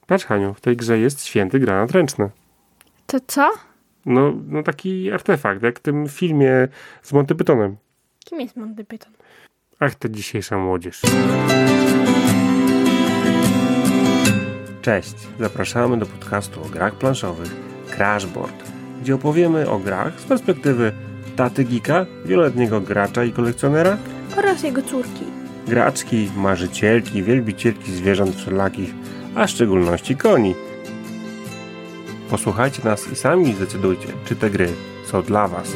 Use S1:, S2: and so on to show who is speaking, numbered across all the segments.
S1: Patrz, Haniu, w tej grze jest święty granat ręczny.
S2: To co?
S1: No taki artefakt, jak w tym filmie z Monty Pythonem.
S2: Kim jest Monty Python?
S1: Ach, ta dzisiejsza młodzież. Cześć, zapraszamy do podcastu o grach planszowych Crashboard, gdzie opowiemy o grach z perspektywy taty geeka, wieloletniego gracza i kolekcjonera
S2: Oraz jego córki.
S1: graczki, marzycielki, wielbicielki zwierząt wszelakich, a w szczególności koni. Posłuchajcie nas i sami zdecydujcie, czy te gry są dla was.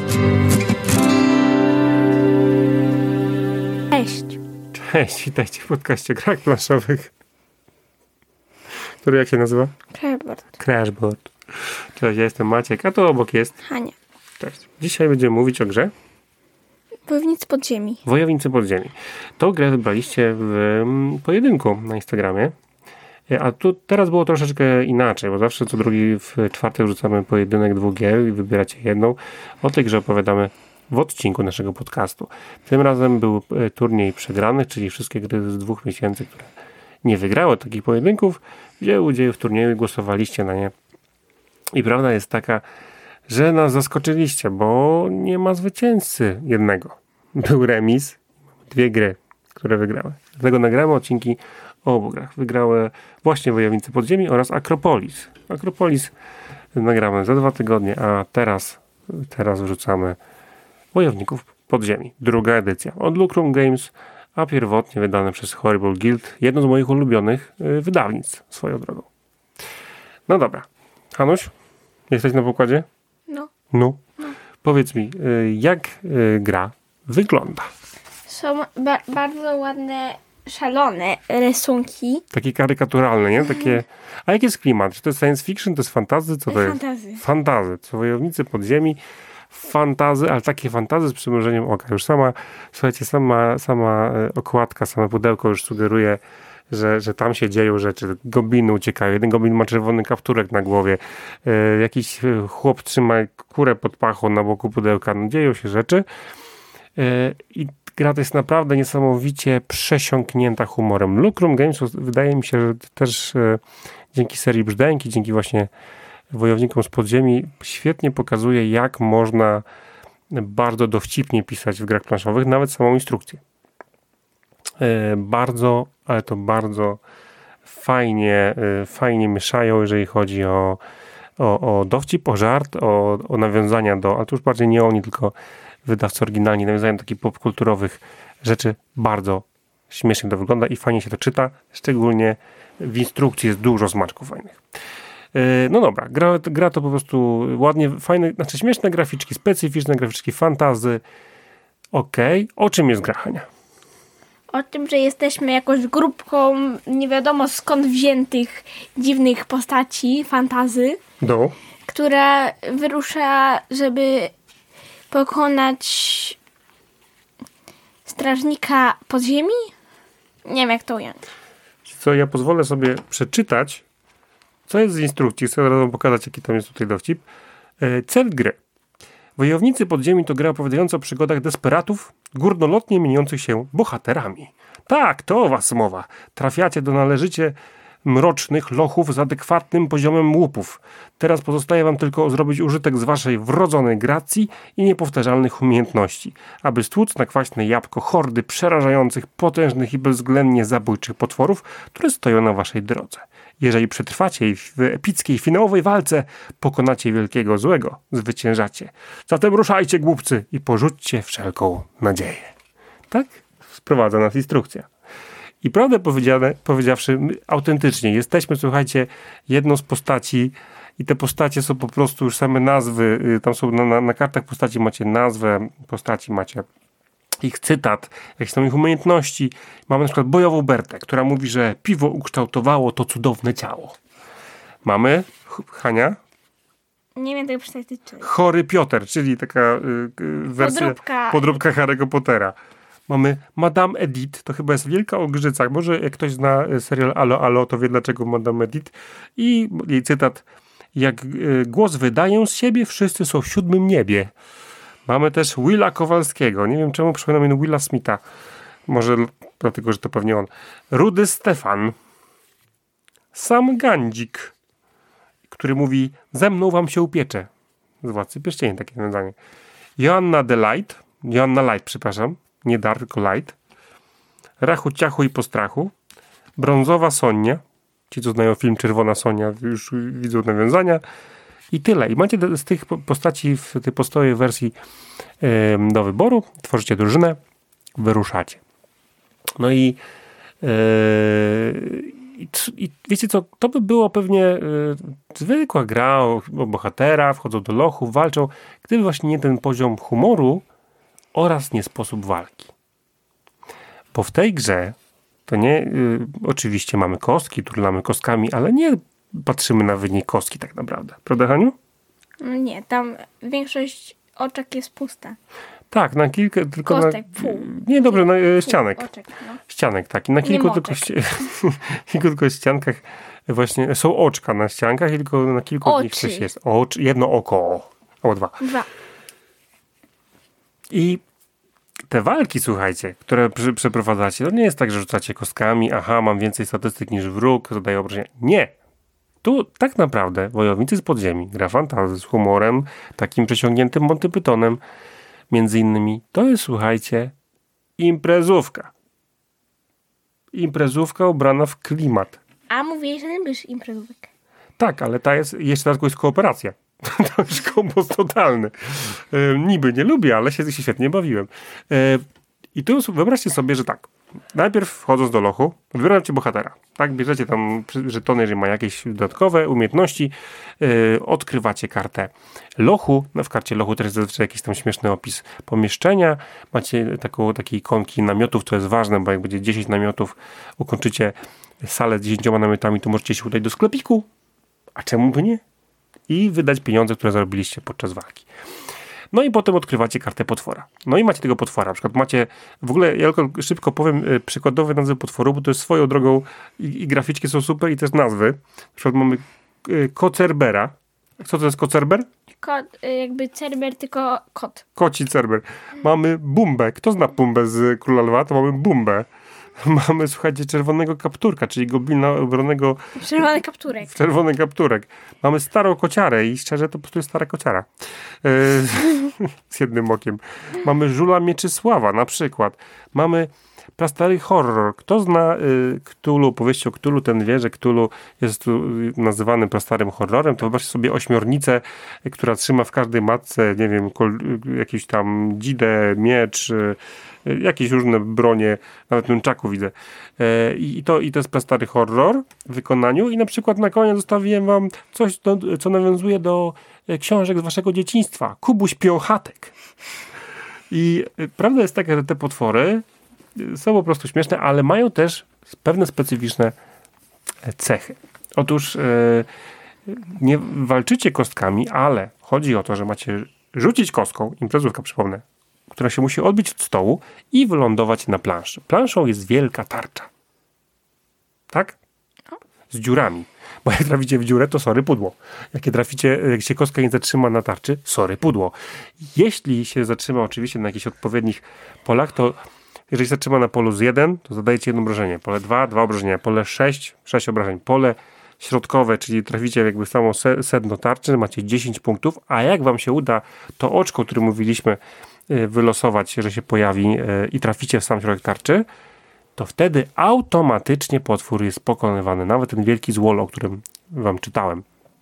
S2: Cześć.
S1: Cześć, witajcie w podcaście o grach planszowych, który jak się nazywa? Crashboard. Cześć, ja jestem Maciek, a tu obok jest
S2: Hania.
S1: Cześć. Dzisiaj będziemy mówić o grze
S2: Wojownicy Podziemi.
S1: Wojownicy Podziemi. Tą grę wybraliście w pojedynku na Instagramie, a tu teraz było troszeczkę inaczej, bo zawsze co drugi w czwartek rzucamy pojedynek dwóch gier i wybieracie jedną. O tej grze opowiadamy w odcinku naszego podcastu. Tym razem był turniej przegranych, czyli wszystkie gry z 2 miesięcy, które nie wygrały takich pojedynków, wzięły udział w turnieju i głosowaliście na nie. I prawda jest taka, że nas zaskoczyliście, bo nie ma zwycięzcy jednego. Był remis, 2 gry, które wygrały. Dlatego nagramy odcinki o obu grach. Wygrały właśnie Wojownicy Podziemi oraz Akropolis. Akropolis nagramy za 2 tygodnie, a teraz wrzucamy Wojowników Podziemi. Druga edycja od Lucrum Games, a pierwotnie wydane przez Horrible Guild. Jedno z moich ulubionych wydawnictw swoją drogą. No dobra. Hanuś, jesteś na pokładzie? No. Powiedz mi, jak gra wygląda?
S2: Są bardzo ładne, szalone rysunki.
S1: Takie karykaturalne, nie? Takie... A jaki jest klimat? Czy to jest science fiction, to jest fantasy? Co to jest? Fantazy. To Wojownicy Podziemi, fantazy, ale takie fantazy z przymrużeniem oka. Już słuchajcie, sama okładka, same pudełko już sugeruje, że tam się dzieją rzeczy. Gobliny uciekają. Jeden goblin ma czerwony kapturek na głowie. Jakiś chłop trzyma kurę pod pachą na boku pudełka. No, dzieją się rzeczy. I gra to jest naprawdę niesamowicie przesiąknięta humorem. Lucrum Games wydaje mi się, że też dzięki serii Brzdęki, dzięki właśnie Wojownikom z Podziemi świetnie pokazuje, jak można bardzo dowcipnie pisać w grach planszowych, nawet samą instrukcję. Bardzo, ale to bardzo fajnie mieszają, jeżeli chodzi o dowcip, o żart, o nawiązania ale to już bardziej nie oni, tylko wydawcy oryginalni nawiązają do takich popkulturowych rzeczy. Bardzo śmiesznie to wygląda i fajnie się to czyta, szczególnie w instrukcji jest dużo smaczków fajnych. No dobra, gra to po prostu ładnie, fajne, znaczy śmieszne graficzki, specyficzne graficzki, fantazy. Okej. O czym jest gra, Hania?
S2: O tym, że jesteśmy jakąś grupką nie wiadomo skąd wziętych dziwnych postaci, fantazy, która wyrusza, żeby pokonać strażnika podziemi? Nie wiem, jak to ująć.
S1: Co, ja pozwolę sobie przeczytać, co jest z instrukcji. Chcę od razu pokazać, jaki tam jest tutaj dowcip. Cel gry. Wojownicy Podziemi to gra opowiadająca o przygodach desperatów, górnolotnie mieniących się bohaterami. Tak, to o was mowa. Trafiacie do należycie mrocznych lochów z adekwatnym poziomem łupów. Teraz pozostaje wam tylko zrobić użytek z waszej wrodzonej gracji i niepowtarzalnych umiejętności, aby stłuc na kwaśne jabłko hordy przerażających, potężnych i bezwzględnie zabójczych potworów, które stoją na waszej drodze. Jeżeli przetrwacie w epickiej finałowej walce, pokonacie wielkiego złego, zwyciężacie. Zatem ruszajcie, głupcy, i porzućcie wszelką nadzieję. Tak sprowadza nas instrukcja. I prawdę powiedziawszy, my autentycznie jesteśmy, słuchajcie, jedną z postaci i te postacie są po prostu już same nazwy, tam są na kartach postaci macie nazwę postaci, macie ich cytat, jakie są ich umiejętności. Mamy na przykład bojową Bertę, która mówi, że piwo ukształtowało to cudowne ciało. Mamy, Hania?
S2: Nie wiem tego przeczytać.
S1: Chory Piotr, czyli taka wersja podróbka Harry'ego Pottera. Mamy Madame Edith, to chyba jest Wielka Ogrzyca. Może jak ktoś zna serial Alo Alo, to wie dlaczego Madame Edith. I jej cytat: jak głos wydaję z siebie, wszyscy są w 7. niebie. Mamy też Willa Kowalskiego. Nie wiem czemu przypomina mi Willa Smitha. Może dlatego, że to pewnie on. Rudy Stefan. Sam Gandzik, który mówi: ze mną wam się upiecze. Z Władcy Pierścieni takie nawiązanie. Joanna Light, przepraszam. Nie Dar, tylko Light. Rachu, ciachu i postrachu. Brązowa Sonia. Ci, co znają film Czerwona Sonia, już widzą nawiązania. I tyle. I macie z tych postaci w tej podstawowej wersji do wyboru. Tworzycie drużynę. Wyruszacie. No i wiecie co, to by było pewnie zwykła gra o bohatera, wchodzą do lochu, walczą, gdyby właśnie nie ten poziom humoru oraz nie sposób walki. Bo w tej grze to nie, oczywiście mamy kostki, turlamy kostkami, ale nie patrzymy na wynik kostki tak naprawdę. Prawda, Haniu?
S2: Nie, tam większość oczek jest pusta.
S1: Tak, na kilka, tylko
S2: kostek,
S1: nie, dobrze, ścianek.
S2: Oczek, no.
S1: Ścianek, tak. I na kilku tylko ściankach właśnie są oczka na ściankach i tylko na kilku z nich coś jest. Jedno oko. Albo dwa. I te walki, słuchajcie, które przeprowadzacie, to nie jest tak, że rzucacie kostkami, mam więcej statystyk niż wróg, zadaję obrażenia. Nie. Tu tak naprawdę Wojownicy z Podziemi, gra fantasy z humorem, takim przeciągniętym Monty Pythonem, między innymi, to jest, słuchajcie, imprezówka. Imprezówka ubrana w klimat.
S2: A mówiłeś, że nie lubisz imprezówek.
S1: Tak, ale ta jest, jeszcze raz jest kooperacja. To jest kombos totalny. Niby nie lubię, ale się świetnie bawiłem. I tu wyobraźcie sobie, że tak. Najpierw wchodząc do lochu, wybieracie bohatera. Tak, bierzecie tam żetony, jeżeli ma jakieś dodatkowe umiejętności, odkrywacie kartę lochu. No, w karcie lochu też jest zazwyczaj jakiś tam śmieszny opis pomieszczenia. Macie takie ikonki namiotów, co jest ważne, bo jak będzie 10 namiotów, ukończycie salę z 10 namiotami, to możecie się udać do sklepiku. A czemu by nie? I wydać pieniądze, które zarobiliście podczas walki. No i potem odkrywacie kartę potwora. No i macie tego potwora. Na przykład macie, w ogóle ja tylko szybko powiem przykładowe nazwy potworu, bo to jest swoją drogą i graficzki są super i też nazwy. Na przykład mamy Kocerbera. Co to jest Kocerber?
S2: Jakby Cerber, tylko kot.
S1: Koci Cerber. Mamy Bumbę. Kto zna Bumbę z Króla Lwa? To mamy Bumbę. Mamy, słuchajcie, czerwonego kapturka, czyli goblina ubranego w czerwony kapturek. Mamy starą kociarę i szczerze to po prostu jest stara kociara. Z jednym okiem. Mamy Żula Mieczysława na przykład. Mamy prastary horror. Kto zna Cthulhu, powieści o Cthulhu, ten wie, że Cthulhu jest tu nazywany prastarym horrorem. To wyobraźcie sobie ośmiornicę, która trzyma w każdej matce, nie wiem, jakiś tam dzidę, miecz, jakieś różne bronie, nawet nunchaku widzę. I to jest prastary horror w wykonaniu. I na przykład na koniec zostawiłem wam coś, co nawiązuje do książek z waszego dzieciństwa. Kubuś Piochatek. I prawda jest taka, że te potwory są po prostu śmieszne, ale mają też pewne specyficzne cechy. Otóż nie walczycie kostkami, ale chodzi o to, że macie rzucić kostką, imprezówka przypomnę, która się musi odbić od stołu i wylądować na planszy. Planszą jest wielka tarcza. Tak? Z dziurami. Bo jak traficie w dziurę, to sorry pudło. Jak się kostka nie zatrzyma na tarczy, sorry pudło. Jeśli się zatrzyma oczywiście na jakichś odpowiednich polach, to jeżeli zatrzyma na polu z 1, to zadajecie jedno obrażenie. Pole 2, 2 obrażenia. Pole 6, 6 obrażeń. Pole środkowe, czyli traficie jakby samo sedno tarczy, macie 10 punktów, a jak wam się uda to oczko, o którym mówiliśmy, wylosować, że się pojawi i traficie w sam środek tarczy, to wtedy automatycznie potwór jest pokonywany. Nawet ten wielki złol, o którym wam czytałem.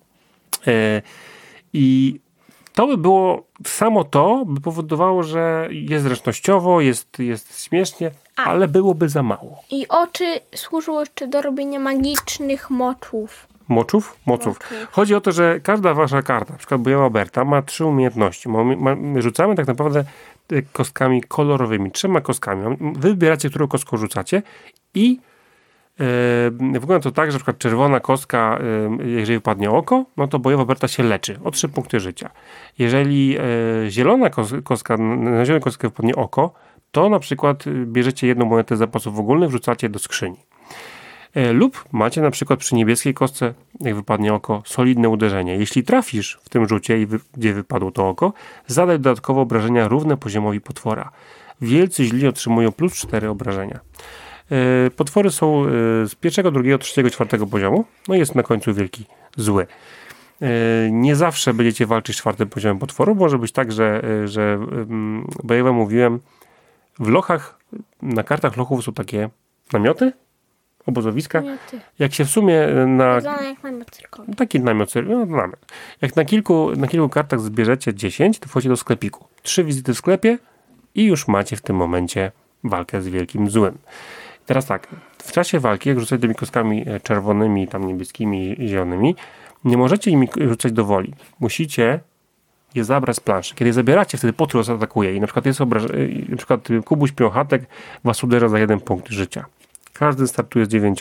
S1: I to by było, samo to by powodowało, że jest zręcznościowo, jest śmiesznie, ale byłoby za mało.
S2: I oczy służą jeszcze do robienia magicznych moczów.
S1: Moczów? Moców. Chodzi o to, że każda wasza karta, na przykład Bojowa Berta, ma 3 umiejętności. My rzucamy tak naprawdę kostkami kolorowymi, 3 kostkami. Wy wybieracie, którą kostką rzucacie i wygląda to tak, że na przykład czerwona kostka, jeżeli wypadnie oko, no to Bojowa Berta się leczy o 3 punkty życia. Jeżeli zielona kostka, na zieloną kostkę wypadnie oko, to na przykład bierzecie 1 monetę z zapasów ogólnych, wrzucacie do skrzyni. Lub macie na przykład przy niebieskiej kostce, jak wypadnie oko, solidne uderzenie. Jeśli trafisz w tym rzucie, gdzie wypadło to oko, zadaj dodatkowo obrażenia równe poziomowi potwora. Wielcy źli otrzymują plus 4 obrażenia. Potwory są z pierwszego, drugiego, trzeciego, czwartego poziomu. No i jest na końcu wielki zły. Nie zawsze będziecie walczyć z czwartym poziomem potworu. Może być tak, bo ja wam mówiłem, w lochach, na kartach lochów są takie namioty, obozowiska.
S2: Namioty.
S1: Jak się w sumie na...
S2: Wygląda jak namiot cyrkowy.
S1: Taki namiot, namiot. Jak na kilku kartach zbierzecie 10, to wchodzicie do sklepiku. 3 wizyty w sklepie i już macie w tym momencie walkę z wielkim złym. Teraz tak, w czasie walki, jak rzucacie tymi kostkami czerwonymi, tam niebieskimi i zielonymi, nie możecie im rzucać do woli. Musicie je zabrać z planszy. Kiedy je zabieracie, wtedy potwór was atakuje i na przykład na przykład Kubuś Piochatek was uderza za 1 punkt życia. Każdy startuje z 9.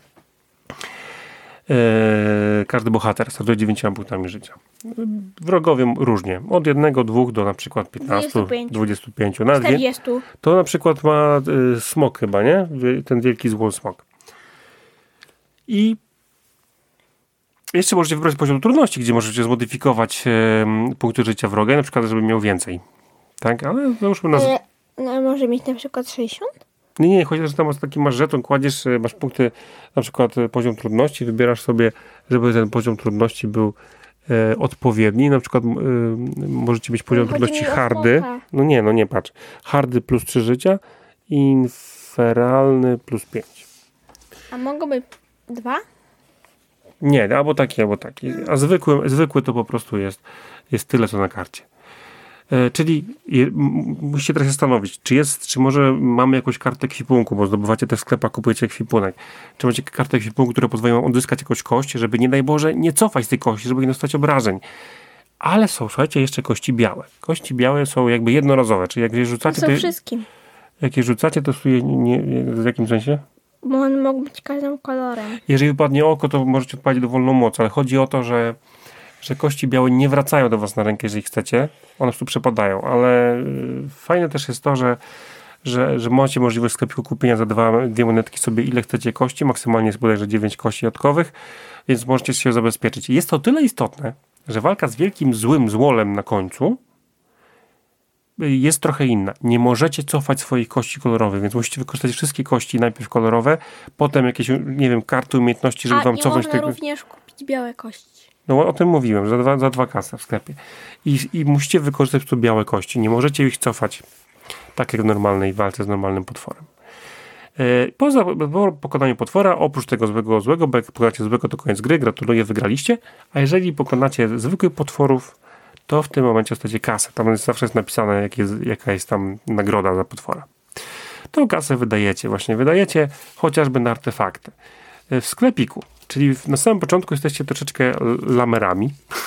S1: Każdy bohater startuje 9 punktami życia. Wrogowie różnie. Od 1, 2 do na przykład 15, 25.
S2: 40.
S1: To na przykład ma smok chyba, nie? Ten wielki zły smok. I jeszcze możecie wybrać poziom trudności, gdzie możecie zmodyfikować punkty życia wroga, na przykład, żeby miał więcej. Tak? Ale załóżmy
S2: No, może mieć na przykład 60?
S1: Nie, chociaż tam masz żeton, kładziesz, masz punkty, na przykład poziom trudności, wybierasz sobie, żeby ten poziom trudności był odpowiedni. Na przykład możecie mieć poziom trudności hardy. No nie, patrz. Hardy plus 3 życia i inferalny plus 5.
S2: A mogą być 2?
S1: Nie, albo taki. A zwykły to po prostu jest tyle, co na karcie. Czyli musicie teraz się zastanowić, czy może mamy jakąś kartę ekwipunku, bo zdobywacie też w sklepach, kupujecie ekwipunek. Czy macie kartę ekwipunku, które pozwalają odzyskać jakąś kość, żeby nie daj Boże nie cofać z tej kości, żeby nie dostać obrażeń. Ale są, słuchajcie, jeszcze kości białe. Kości białe są jakby jednorazowe, czyli jak je rzucacie...
S2: To są wszystkim.
S1: Jak je rzucacie, to w jakim sensie?
S2: Bo one mogą być każdym kolorem.
S1: Jeżeli wypadnie oko, to możecie odpalić dowolną moc, ale chodzi o to, że kości białe nie wracają do was na rękę, jeżeli chcecie. One po prostu przepadają, ale fajne też jest to, że macie możliwość w sklepiku kupienia za 2 monetki sobie ile chcecie kości, maksymalnie jest bodajże 9 kości jadkowych, więc możecie się zabezpieczyć. Jest to tyle istotne, że walka z wielkim złym złolem na końcu jest trochę inna. Nie możecie cofać swoich kości kolorowych, więc musicie wykorzystać wszystkie kości najpierw kolorowe, potem jakieś, nie wiem, karty umiejętności, żeby wam cofać
S2: tego. A można również kupić białe kości.
S1: No o tym mówiłem, za 2 kasy w sklepie. I musicie wykorzystać tu białe kości. Nie możecie ich cofać tak jak w normalnej walce z normalnym potworem. Po pokonaniu potwora, oprócz tego złego, bo jak pokonacie złego, to koniec gry, gratuluję, wygraliście. A jeżeli pokonacie zwykłych potworów, to w tym momencie dostajecie kasę. Tam zawsze jest napisane, jaka jest tam nagroda za potwora. Tą kasę wydajecie chociażby na artefakty. W sklepiku, czyli na samym początku jesteście troszeczkę lamerami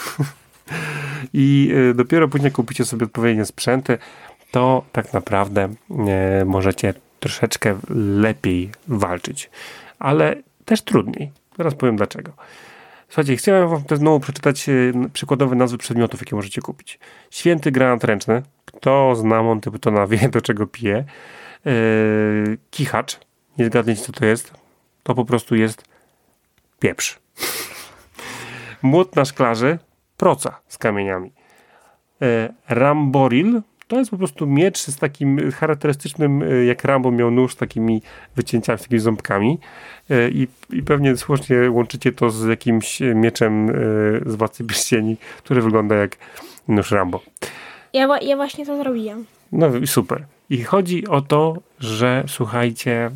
S1: i dopiero później kupicie sobie odpowiednie sprzęty, to tak naprawdę możecie troszeczkę lepiej walczyć, ale też trudniej. Zaraz powiem dlaczego. Słuchajcie, chciałem wam też znowu przeczytać przykładowe nazwy przedmiotów, jakie możecie kupić. Święty granat ręczny. Kto zna Monty Pythona wie, do czego pije. Kichacz. Nie zgadniecie, co to jest. To po prostu jest pieprz. Młot na szklarzy. Proca z kamieniami. Ramboril. To jest po prostu miecz z takim charakterystycznym, jak Rambo miał nóż z takimi wycięciami, z takimi ząbkami i pewnie słusznie łączycie to z jakimś mieczem z Władcy Pierścieni, który wygląda jak nóż Rambo.
S2: Ja właśnie to zrobiłem.
S1: No i super. I chodzi o to, że słuchajcie,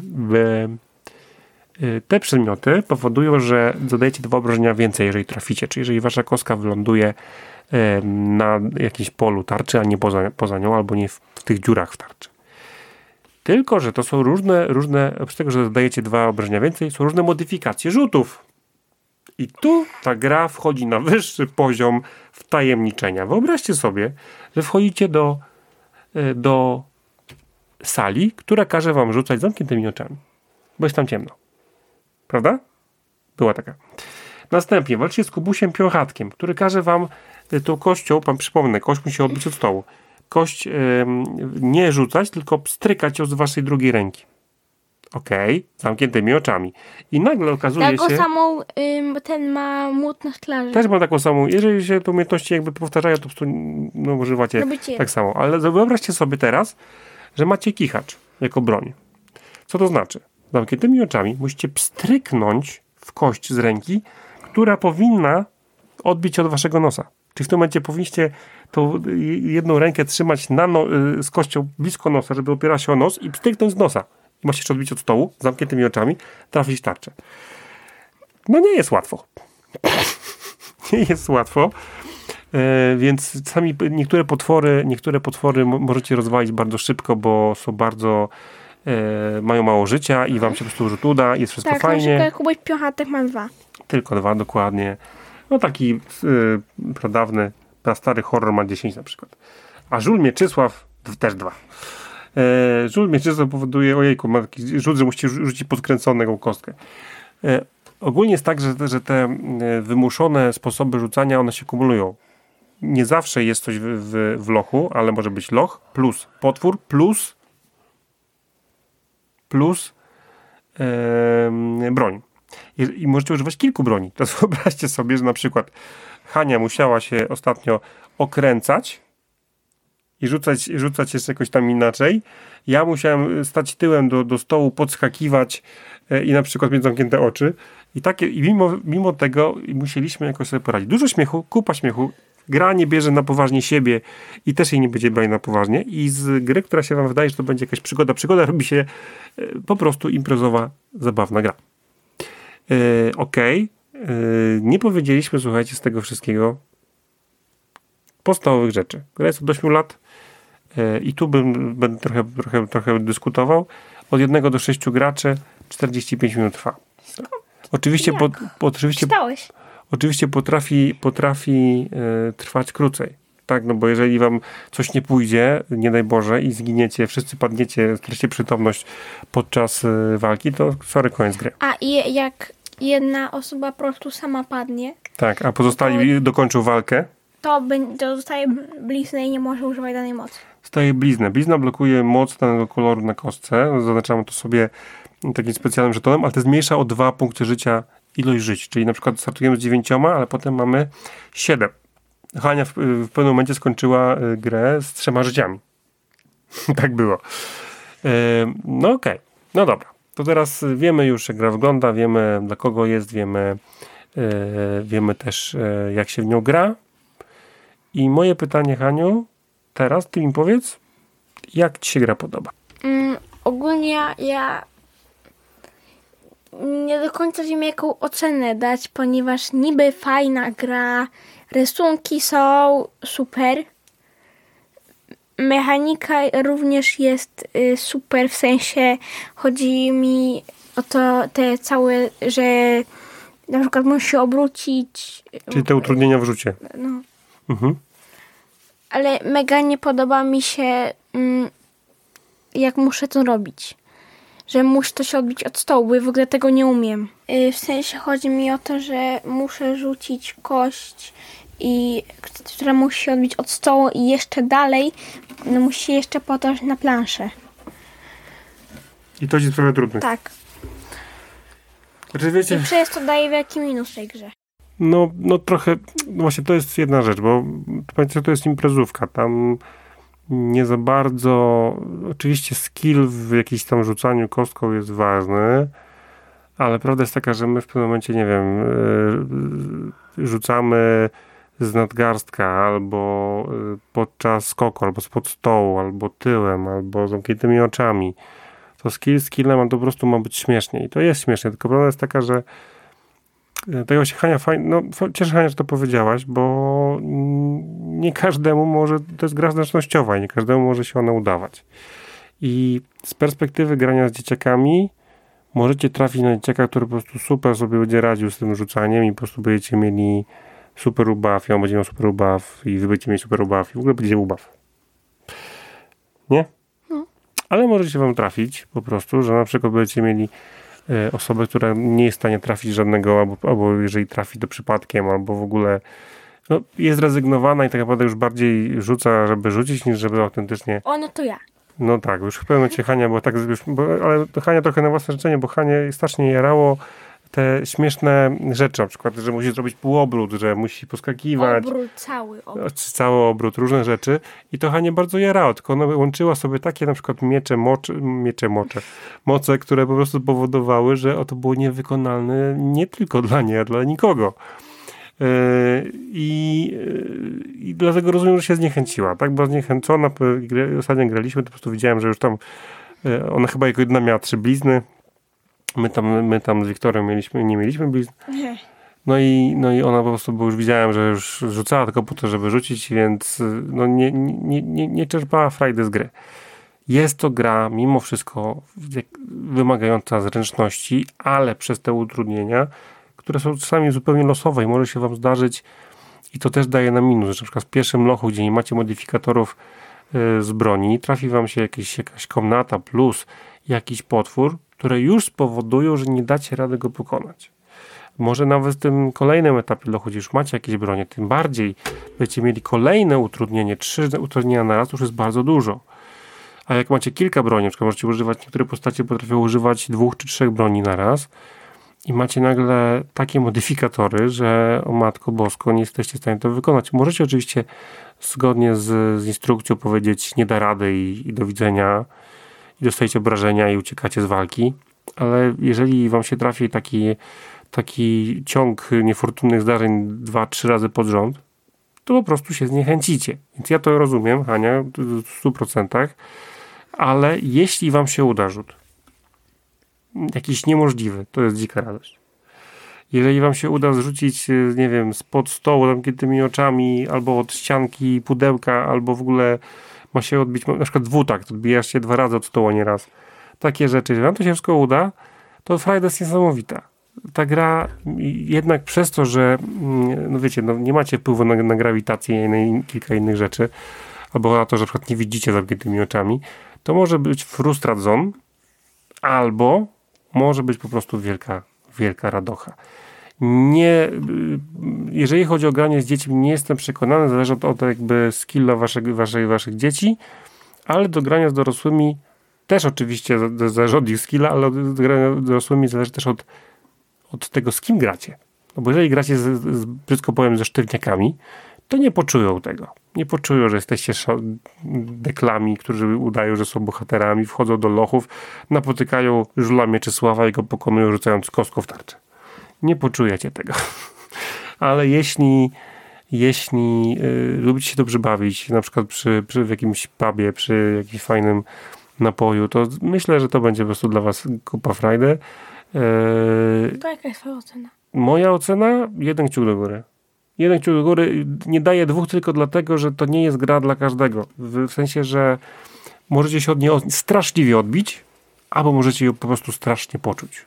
S1: te przedmioty powodują, że zadajecie 2 obrażenia więcej, jeżeli traficie. Czyli jeżeli wasza kostka wyląduje na jakimś polu tarczy, a nie poza nią, albo nie w tych dziurach w tarczy. Tylko że to są różne, oprócz tego, że dodajecie 2 obrażenia więcej, są różne modyfikacje rzutów. I tu ta gra wchodzi na wyższy poziom wtajemniczenia. Wyobraźcie sobie, że wchodzicie do sali, która każe wam rzucać zamkniętymi oczami, bo jest tam ciemno. Prawda? Była taka. Następnie walczycie z Kubusiem Piochatkiem, który każe wam tą kością, przypomnę, kość musi odbić od stołu. Kość nie rzucać, tylko strykać ją z waszej drugiej ręki. Okej, zamkniętymi oczami. I nagle okazuje się...
S2: Taką samą, ten ma młot na szklarze.
S1: Też ma taką samą, jeżeli się te umiejętności jakby powtarzają, to po prostu używacie tak samo. Ale wyobraźcie sobie teraz, że macie kichacz jako broń. Co to znaczy? zamkniętymi oczami musicie pstryknąć w kość z ręki, która powinna odbić od waszego nosa. Czyli w tym momencie powinniście tą jedną rękę trzymać z kością blisko nosa, żeby opierała się o nos i pstryknąć z nosa. I macie jeszcze odbić od stołu, z zamkniętymi oczami, trafić w tarczę. No nie jest łatwo. Nie jest łatwo. Więc sami niektóre potwory możecie rozwalić bardzo szybko, bo są bardzo mają mało życia i wam się po prostu rzut uda, jest wszystko
S2: tak,
S1: fajnie.
S2: Tak, na przykład Kubuś Piochatek ma 2.
S1: Tylko 2, dokładnie. No taki pradawny, prastary horror ma 10 na przykład. A Żul Mieczysław też 2. Żul Mieczysław powoduje, ojejku, ma taki rzut, że musicie rzucić podkręconą kostkę. Ogólnie jest tak, że te wymuszone sposoby rzucania, one się kumulują. Nie zawsze jest coś w lochu, ale może być loch plus potwór plus broń. I możecie używać kilku broni. To wyobraźcie sobie, że na przykład Hania musiała się ostatnio okręcać i rzucać jeszcze jakoś tam inaczej. Ja musiałem stać tyłem do stołu, podskakiwać i na przykład mieć zamknięte oczy. I mimo tego musieliśmy jakoś sobie poradzić. Dużo śmiechu, kupa śmiechu. Gra nie bierze na poważnie siebie i też jej nie będzie brać na poważnie. I z gry, która się wam wydaje, że to będzie jakaś przygoda robi się po prostu imprezowa, zabawna gra. Nie powiedzieliśmy, słuchajcie, z tego wszystkiego podstawowych rzeczy. Gra jest od 8 lat i tu będę trochę dyskutował. Od 1 do 6 graczy 45 minut trwa. Oczywiście potrafi trwać krócej. Tak, no bo jeżeli wam coś nie pójdzie, nie daj Boże, i zginiecie, wszyscy padniecie, stracicie przytomność podczas walki, to sorry, koniec gry.
S2: A i jak jedna osoba po prostu sama padnie.
S1: Tak, a pozostali dokończą walkę.
S2: To dostaje bliznę i nie może używać danej mocy.
S1: Dostaje bliznę. Blizna blokuje moc danego koloru na kostce. Zaznaczamy to sobie takim specjalnym żetonem, ale to zmniejsza o 2 punkty życia ilość żyć. Czyli na przykład startujemy z 9, ale potem mamy 7. Hania w pewnym momencie skończyła grę z 3 życiami. Tak było. No okej. No dobra. To teraz wiemy już, jak gra wygląda, wiemy dla kogo jest, wiemy też jak się w nią gra. I moje pytanie, Haniu, teraz ty mi powiedz, jak ci się gra podoba?
S2: Ogólnie ja nie do końca wiem, jaką ocenę dać, ponieważ niby fajna gra, rysunki są super, mechanika również jest super, w sensie chodzi mi o to te całe, że na przykład musi się obrócić.
S1: Czyli te utrudnienia w rzucie.
S2: No.
S1: Mhm.
S2: Ale mega nie podoba mi się, jak muszę to robić. Że muszę to się odbić od stołu, bo ja w ogóle tego nie umiem. W sensie chodzi mi o to, że muszę rzucić kość, która musi się odbić od stołu i jeszcze dalej musi się jeszcze potoczyć na planszę.
S1: I to ci sprawia trudność.
S2: Tak.
S1: Znaczy, wiecie,
S2: I przez to daje wielki minus tej grze.
S1: No trochę, właśnie to jest jedna rzecz, bo pamiętajcie, to jest imprezówka, tam nie za bardzo, oczywiście skill w jakimś tam rzucaniu kostką jest ważny, ale prawda jest taka, że my w pewnym momencie, nie wiem, rzucamy z nadgarstka, albo podczas skoku, albo spod stołu, albo tyłem, albo zamkniętymi oczami. To skillem, a to po prostu ma być śmiesznie. I to jest śmiesznie, tylko prawda jest taka, że tego się Hania cieszę, Hania, że to powiedziałaś, bo nie każdemu może, to jest gra zręcznościowa i nie każdemu może się ona udawać. I z perspektywy grania z dzieciakami możecie trafić na dzieciaka, który po prostu super sobie będzie radził z tym rzucaniem i po prostu będziecie mieli super ubaw i on będzie miał super ubaw i wy będziecie mieli super ubaw i w ogóle będzie ubaw. Nie?
S2: No.
S1: Ale możecie wam trafić po prostu, że na przykład będziecie mieli osobę, która nie jest w stanie trafić żadnego, albo jeżeli trafi to przypadkiem, albo w ogóle jest zrezygnowana i tak naprawdę już bardziej rzuca, żeby rzucić, niż żeby autentycznie...
S2: No to ja.
S1: No tak, już w pewnym momencie Hania była tak... ale Hania trochę na własne życzenie, bo Hanie strasznie jarało te śmieszne rzeczy, na przykład, że musi zrobić półobrót, że musi poskakiwać.
S2: Cały obrót.
S1: Cały obrót, różne rzeczy. I to Hanie bardzo jarało, tylko ona łączyła sobie takie na przykład moce, które po prostu powodowały, że to było niewykonalne nie tylko dla niej, a dla nikogo. I dlatego rozumiem, że się zniechęciła. Tak? Była zniechęcona. Ostatnio graliśmy, to po prostu widziałem, że już tam ona chyba jako jedna miała 3 blizny. My tam z Wiktorem nie mieliśmy blizn. No i ona po prostu, bo już widziałem, że już rzucała tylko po to, żeby rzucić, więc no nie czerpała frajdy z gry. Jest to gra mimo wszystko wymagająca zręczności, ale przez te utrudnienia, które są czasami zupełnie losowe i może się wam zdarzyć, i to też daje na minus, że na przykład w pierwszym lochu, gdzie nie macie modyfikatorów z broni, trafi wam się jakaś komnata plus jakiś potwór, które już spowodują, że nie dacie rady go pokonać. Może nawet w tym kolejnym etapie lochu, gdzie już macie jakieś bronie, tym bardziej będziecie mieli kolejne utrudnienie, 3 utrudnienia na raz, to już jest bardzo dużo. A jak macie kilka broni, na przykład możecie używać, niektóre postacie potrafią używać 2 czy 3 broni na raz i macie nagle takie modyfikatory, że o Matko Bosko, nie jesteście w stanie to wykonać. Możecie oczywiście zgodnie z instrukcją powiedzieć nie da rady i do widzenia i dostajecie obrażenia i uciekacie z walki, ale jeżeli wam się trafi taki ciąg niefortunnych zdarzeń 2-3 razy pod rząd, to po prostu się zniechęcicie. Więc ja to rozumiem, Hania, w 100%, ale jeśli wam się uda rzut, jakiś niemożliwy, to jest dzika radość. Jeżeli wam się uda zrzucić, nie wiem, spod stołu zamkniętymi oczami, albo od ścianki pudełka, albo w ogóle ma się odbić, na przykład dwutakt, odbijasz się 2 razy od stołu, nie raz. Takie rzeczy. Jeżeli wam to się wszystko uda, to frajda jest niesamowita. Ta gra jednak przez to, że no wiecie, no nie macie wpływu na grawitację i kilka innych rzeczy, albo na to, że na przykład nie widzicie zamkniętymi oczami, to może być frustrat zone, albo może być po prostu wielka radocha. Jeżeli chodzi o granie z dziećmi, nie jestem przekonany, zależy od jakby skilla waszych dzieci, ale do grania z dorosłymi też oczywiście zależy od ich skilla, ale do grania z dorosłymi zależy też od tego, z kim gracie. No bo jeżeli gracie brzydko powiem, ze sztywniakami, to nie poczują tego. Nie poczują, że jesteście deklami, którzy udają, że są bohaterami, wchodzą do lochów, napotykają żula Mieczysława i go pokonują, rzucając kostką w tarczę. Nie poczujecie tego. Ale jeśli lubicie się dobrze bawić, na przykład w jakimś pubie, przy jakimś fajnym napoju, to myślę, że to będzie po prostu dla was kupa frajdy.
S2: To jaka jest twoja ocena?
S1: Moja ocena? 1 kciuk do góry. 1 kciuk do góry. Nie daję 2 tylko dlatego, że to nie jest gra dla każdego. W sensie, że możecie się od niej straszliwie odbić, albo możecie ją po prostu strasznie poczuć.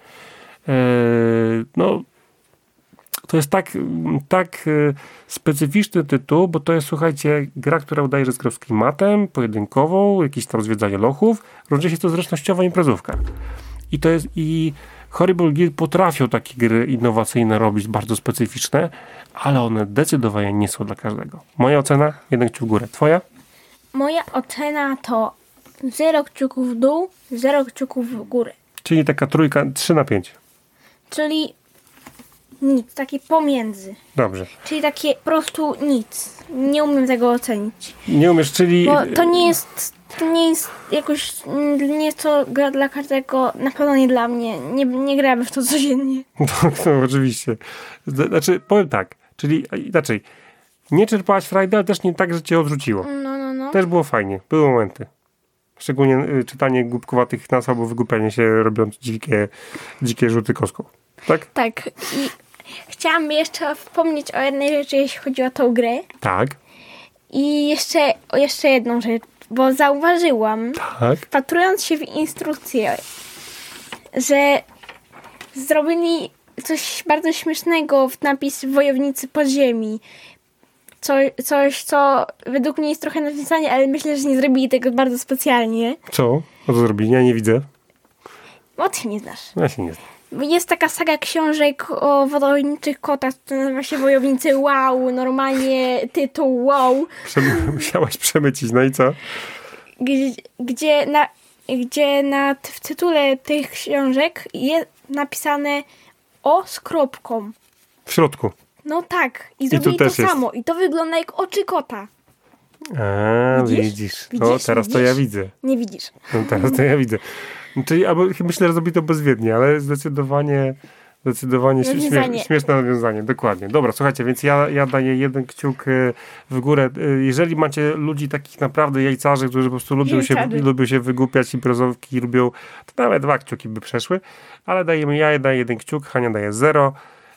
S1: No, to jest tak specyficzny tytuł, bo to jest, słuchajcie, gra, która udaje, że jest grą z klimatem, pojedynkową, jakieś tam zwiedzanie lochów. Różnie się to zręcznościowa imprezówka. I Horrible Guild potrafią takie gry innowacyjne robić, bardzo specyficzne, ale one zdecydowanie nie są dla każdego. Moja ocena? 1 kciuk w górę. Twoja?
S2: Moja ocena to 0 kciuków w dół, 0 kciuków w górę.
S1: Czyli taka trójka, 3/5.
S2: Czyli nic, takie pomiędzy.
S1: Dobrze.
S2: Czyli takie po prostu nic. Nie umiem tego ocenić.
S1: Nie umiesz, czyli...
S2: Bo to nie jest jakoś, nie jest to gra dla każdego, na pewno nie dla mnie. Nie gramy w to codziennie.
S1: No, oczywiście. Znaczy, powiem tak, czyli inaczej, nie czerpałaś frajdy, ale też nie tak, że cię odrzuciło.
S2: No.
S1: Też było fajnie, były momenty. Szczególnie czytanie głupkowatych nazw albo wygłupianie się, robiąc dzikie rzuty kostką. Tak?
S2: Tak. I chciałam jeszcze wspomnieć o jednej rzeczy, jeśli chodzi o tą grę.
S1: Tak.
S2: I jeszcze jedną rzecz, bo zauważyłam,
S1: Tak.
S2: wpatrując się w instrukcję, że zrobili coś bardzo śmiesznego w napis Wojownicy Podziemi. Coś, co według mnie jest trochę nawiązanie, ale myślę, że nie zrobili tego bardzo specjalnie.
S1: Co? Co zrobili? Ja nie widzę.
S2: Bo ty nie znasz.
S1: Ja się nie znam.
S2: Jest taka saga książek o wojowniczych kotach, to nazywa się Wojownicy Wow, normalnie tytuł wow.
S1: Musiałaś przemycić, no i co?
S2: Gdzie w tytule tych książek jest napisane O z kropką.
S1: W środku.
S2: No tak. I
S1: tu
S2: zrobili to
S1: też jest.
S2: samo. I to wygląda jak oczy kota.
S1: A,
S2: Widzisz?
S1: No, teraz to ja widzę.
S2: Nie widzisz.
S1: No, teraz to ja widzę. Czyli, albo myślę, że zrobi to bezwiednie, ale zdecydowanie
S2: Nawiązanie.
S1: śmieszne nawiązanie, dokładnie. Dobra, słuchajcie, więc ja daję jeden kciuk w górę. Jeżeli macie ludzi takich naprawdę jajcarzy, którzy po prostu lubią się wygłupiać, imprezowki lubią, to nawet 2 kciuki by przeszły, ale ja daję 1 kciuk, Hania daje 0.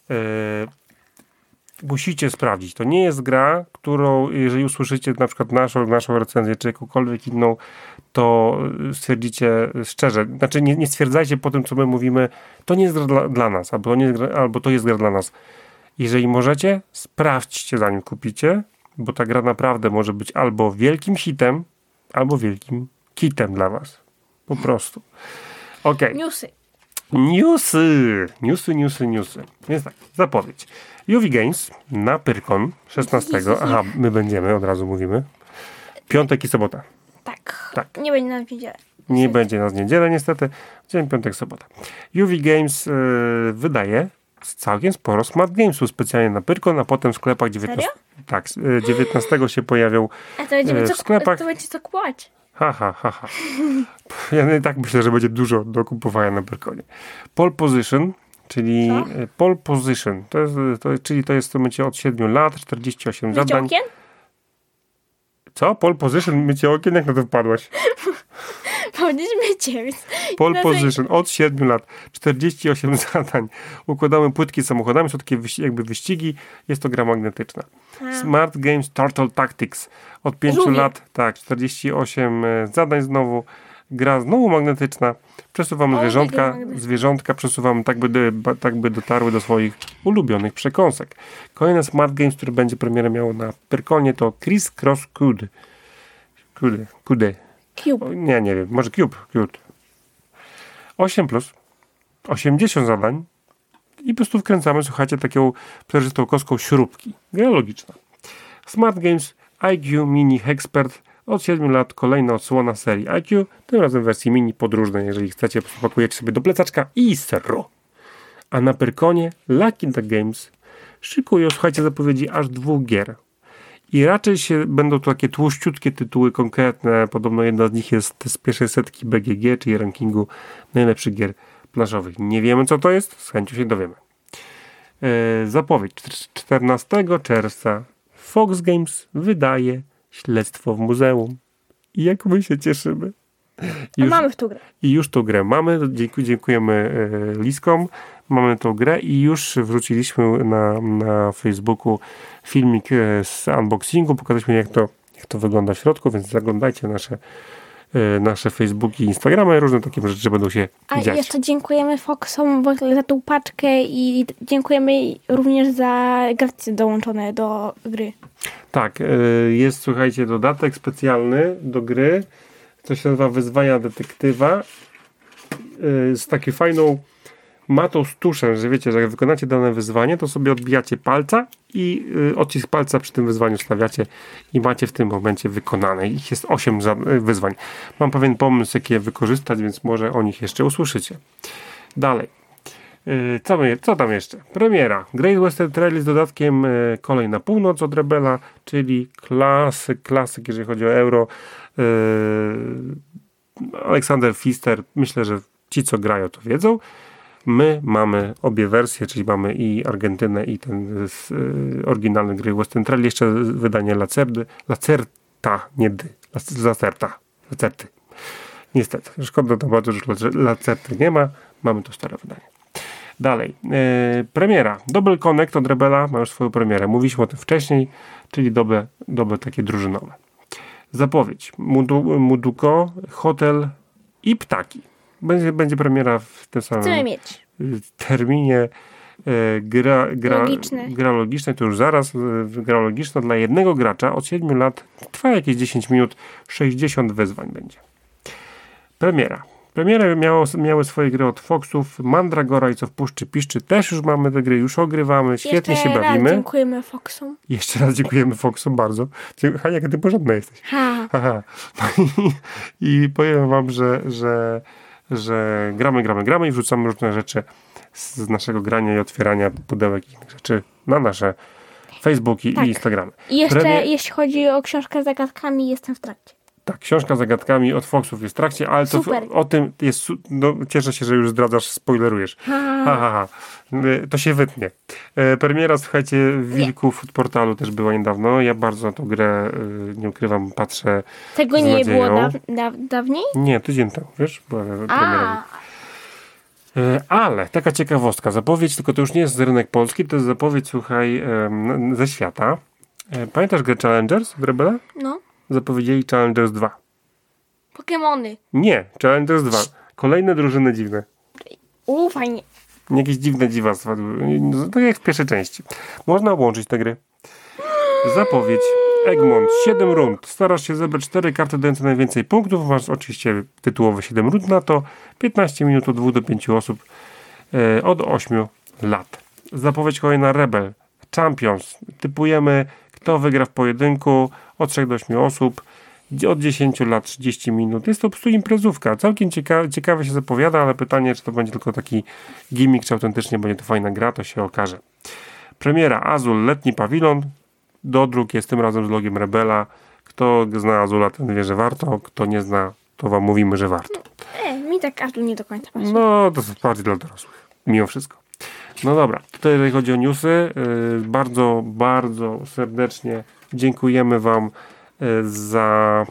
S1: Musicie sprawdzić. To nie jest gra, którą, jeżeli usłyszycie na przykład naszą recenzję, czy jakąkolwiek inną, to stwierdzicie szczerze. Znaczy nie stwierdzajcie po tym, co my mówimy, to nie jest gra dla nas, albo to jest gra dla nas. Jeżeli możecie, sprawdźcie, zanim kupicie, bo ta gra naprawdę może być albo wielkim hitem, albo wielkim kitem dla was. Po prostu. Okej. Newsy. Więc tak, zapowiedź. UV Games na Pyrkon 16. Aha, my będziemy, od razu mówimy. Piątek i sobota.
S2: Tak. Nie będzie nas w niedzielę.
S1: Nie będzie nas w niedzielę niestety. Dzień piątek, sobota. UV Games wydaje całkiem sporo Smart Gamesów specjalnie na Pyrkon, a potem w sklepach 19. Tak, 19 się pojawią w sklepach.
S2: To będzie co kupować.
S1: Ha. Ja tak myślę, że będzie dużo do kupowania na Pyrkonie. Pole Position, czyli Pole Position, czyli to jest w tym momencie od 7 lat, 48 zadań.
S2: Okien?
S1: Co? Pole Position? Mycie okien? Jak na to wpadłaś?
S2: Powiedzieć mycie, więc...
S1: Pole Position od 7 lat, 48 zadań. Układamy płytki samochodami, są takie jakby wyścigi. Jest to gra magnetyczna. Smart Games Turtle Tactics od 5 lat, tak, 48 zadań znowu. Gra znowu magnetyczna. Przesuwamy zwierzątka przesuwamy tak by dotarły do swoich ulubionych przekąsek. Kolejny Smart Games, który będzie premierę miał na Pyrkonie, to Criss Cross Cube. Nie wiem, może Cube. 8+, 80 zadań i po prostu wkręcamy, słuchajcie, taką przejrzystą kostką śrubki. Gra logiczna. Smart Games IQ Mini Hexpert od 7 lat, kolejna odsłona serii IQ, tym razem w wersji mini podróżnej, jeżeli chcecie, pakujecie sobie do plecaczka i zero. A na Pyrkonie Lucky Duck Games szykują, słuchajcie, zapowiedzi aż 2 gier. I raczej będą to takie tłuściutkie tytuły konkretne. Podobno jedna z nich jest z pierwszej setki BGG, czyli rankingu najlepszych gier plażowych. Nie wiemy, co to jest, z chęcią się dowiemy. Zapowiedź 14 czerwca Fox Games wydaje Śledztwo w muzeum. I jak my się cieszymy.
S2: Mamy w tą grę.
S1: I już tą grę mamy. Dziękujemy Liskom. Mamy tą grę i już wrzuciliśmy na Facebooku filmik z unboxingu. Pokazaliśmy, jak to wygląda w środku, więc zaglądajcie nasze Facebooki i Instagramy. Różne takie rzeczy będą się dziać.
S2: A jeszcze dziękujemy Foxom za tą paczkę i dziękujemy również za graficy dołączone do gry.
S1: Tak, jest, słuchajcie, dodatek specjalny do gry. To się nazywa Wyzwania Detektywa. Z taką fajną matą z tuszem, że wiecie, że jak wykonacie dane wyzwanie, to sobie odbijacie palca i odcisk palca przy tym wyzwaniu stawiacie i macie w tym momencie wykonane. Ich jest 8 wyzwań. Mam pewien pomysł, jak je wykorzystać, więc może o nich jeszcze usłyszycie. Dalej. Co tam jeszcze? Premiera. Great Western Trail z dodatkiem Kolej na północ od Rebela, czyli klasyk, jeżeli chodzi o euro. Aleksander Pfister, myślę, że ci, co grają, to wiedzą. My mamy obie wersje, czyli mamy i Argentynę, i ten oryginalny Great Western Trail. Jeszcze wydanie Lacerta. Niestety. Szkoda to bardzo, że Lacerty nie ma. Mamy to stare wydanie. Dalej. Premiera. Double Connect od Rebela ma już swoją premierę. Mówiliśmy o tym wcześniej, czyli doble takie drużynowe. Zapowiedź. Muduko, Hotel i Ptaki. Będzie premiera w tym samym terminie. Gra logiczna, to już zaraz. Gra logiczna dla jednego gracza od 7 lat. Trwa jakieś 10 minut. 60 wyzwań będzie. Premiery miały swoje gry od Foxów. Mandragora i Co w Puszczy Piszczy też już mamy te gry, już ogrywamy, świetnie się bawimy.
S2: Jeszcze raz dziękujemy Foxom.
S1: Jeszcze raz dziękujemy Foxom bardzo. Hania, jaka ty porządna jesteś. Aha. I powiem wam, że gramy i wrzucamy różne rzeczy z naszego grania i otwierania pudełek i innych rzeczy na nasze Facebooki i Instagramy.
S2: I jeszcze jeśli chodzi o książkę z zagadkami, jestem w trakcie.
S1: Tak, książka z zagadkami od Foxów jest w trakcie, ale to o tym jest... No, cieszę się, że już zdradzasz, spoilerujesz. To się wytnie. Premiera, słuchajcie, Wilków od portalu też była niedawno. Ja bardzo na tą grę, nie ukrywam, patrzę.
S2: Tego nie było dawniej?
S1: Nie, tydzień temu, wiesz? Była premiera. Ale taka ciekawostka, zapowiedź, tylko to już nie jest rynek polski, to jest zapowiedź, słuchaj, ze świata. Pamiętasz grę Challengers w Rebela?
S2: No.
S1: Zapowiedzieli Challengers 2.
S2: Pokemony.
S1: Nie, Challengers 2. Kolejne drużyny dziwne.
S2: Fajnie.
S1: Jakieś dziwne dziwactwa. Tak jak w pierwszej części. Można łączyć te gry. Zapowiedź. Egmont. 7 rund. Starasz się zebrać 4 karty dające najwięcej punktów. Masz oczywiście tytułowe 7 rund na to. 15 minut od 2 do 5 osób. Od 8 lat. Zapowiedź kolejna Rebel. Champions. Typujemy, kto wygra w pojedynku. Od 3 do 8 osób. Od 10 lat 30 minut. Jest to po prostu imprezówka. Całkiem ciekawe się zapowiada, ale pytanie, czy to będzie tylko taki gimmick, czy autentycznie będzie to fajna gra, to się okaże. Premiera Azul, letni pawilon. Dodruk jest tym razem z logiem Rebela. Kto zna Azula, ten wie, że warto. Kto nie zna, to wam mówimy, że warto.
S2: Mi tak Azul nie do końca pasuje.
S1: No, to jest bardziej dla dorosłych. Mimo wszystko. No dobra, tutaj jeżeli chodzi o newsy, bardzo, bardzo serdecznie dziękujemy wam za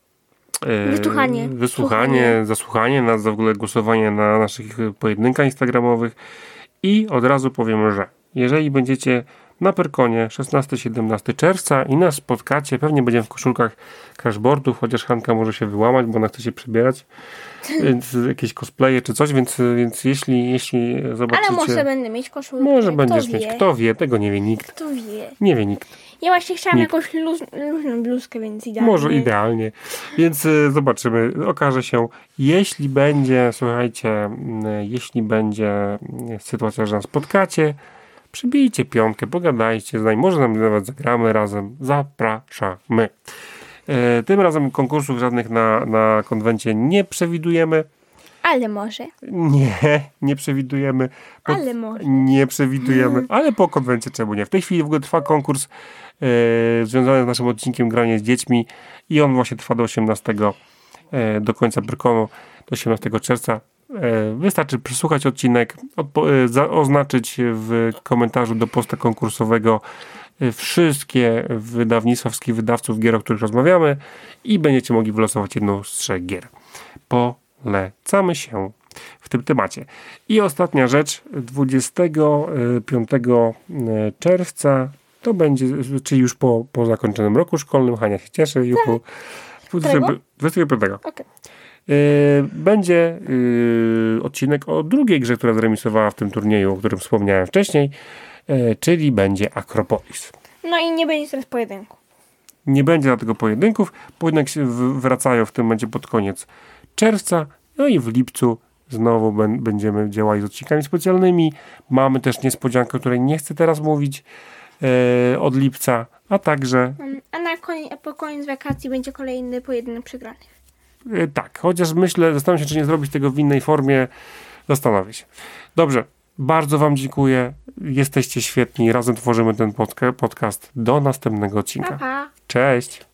S1: słuchanie nas, za w ogóle głosowanie na naszych pojedynkach instagramowych i od razu powiem, że jeżeli będziecie na Pyrkonie 16-17 czerwca i nas spotkacie, pewnie będziemy w koszulkach crashboardów, chociaż Hanka może się wyłamać, bo ona chce się przebierać, więc jakieś cosplaye czy coś, więc jeśli zobaczycie...
S2: Ale może będę mieć koszulkę.
S1: Może będziesz mieć. Kto wie, tego nie wie nikt.
S2: Kto wie.
S1: Nie wie nikt.
S2: Ja właśnie chciałam jakąś luźną bluzkę, więc idealnie.
S1: Może idealnie. Więc zobaczymy. Okaże się, jeśli będzie, słuchajcie, jeśli będzie sytuacja, że nas spotkacie, przybijcie piątkę, pogadajcie z nami, może nam nawet zagramy razem. Zapraszamy. Tym razem konkursów żadnych na konwencie nie przewidujemy.
S2: Ale może.
S1: Nie przewidujemy.
S2: Ale może.
S1: Nie przewidujemy, ale po konwencie czemu nie. W tej chwili w ogóle trwa konkurs związany z naszym odcinkiem Granie z dziećmi i on właśnie trwa do 18, do końca Pyrkonu, do 18 czerwca. Wystarczy przesłuchać odcinek, oznaczyć w komentarzu do posta konkursowego wszystkie wydawnictwa, wszystkich wydawców gier, o których rozmawiamy i będziecie mogli wylosować jedną z 3 gier. Polecamy się w tym temacie. I ostatnia rzecz, 25 czerwca to będzie, czyli już po zakończonym roku szkolnym, Hania się cieszy, juhu. 25.
S2: Okay.
S1: Będzie odcinek o drugiej grze, która zremisowała w tym turnieju, o którym wspomniałem wcześniej, czyli będzie Akropolis.
S2: No i nie będzie teraz pojedynku.
S1: Nie będzie dlatego pojedynków. Pojedynek się wracają w tym momencie pod koniec czerwca, no i w lipcu znowu będziemy działali z odcinkami specjalnymi. Mamy też niespodziankę, o której nie chcę teraz mówić, od lipca, a także...
S2: A po koniec wakacji będzie kolejny pojedynek przegranych.
S1: Tak, chociaż zastanawiam się, czy nie zrobić tego w innej formie. Zastanowię się. Dobrze, bardzo wam dziękuję. Jesteście świetni. Razem tworzymy ten podcast. Do następnego odcinka.
S2: Pa, pa.
S1: Cześć!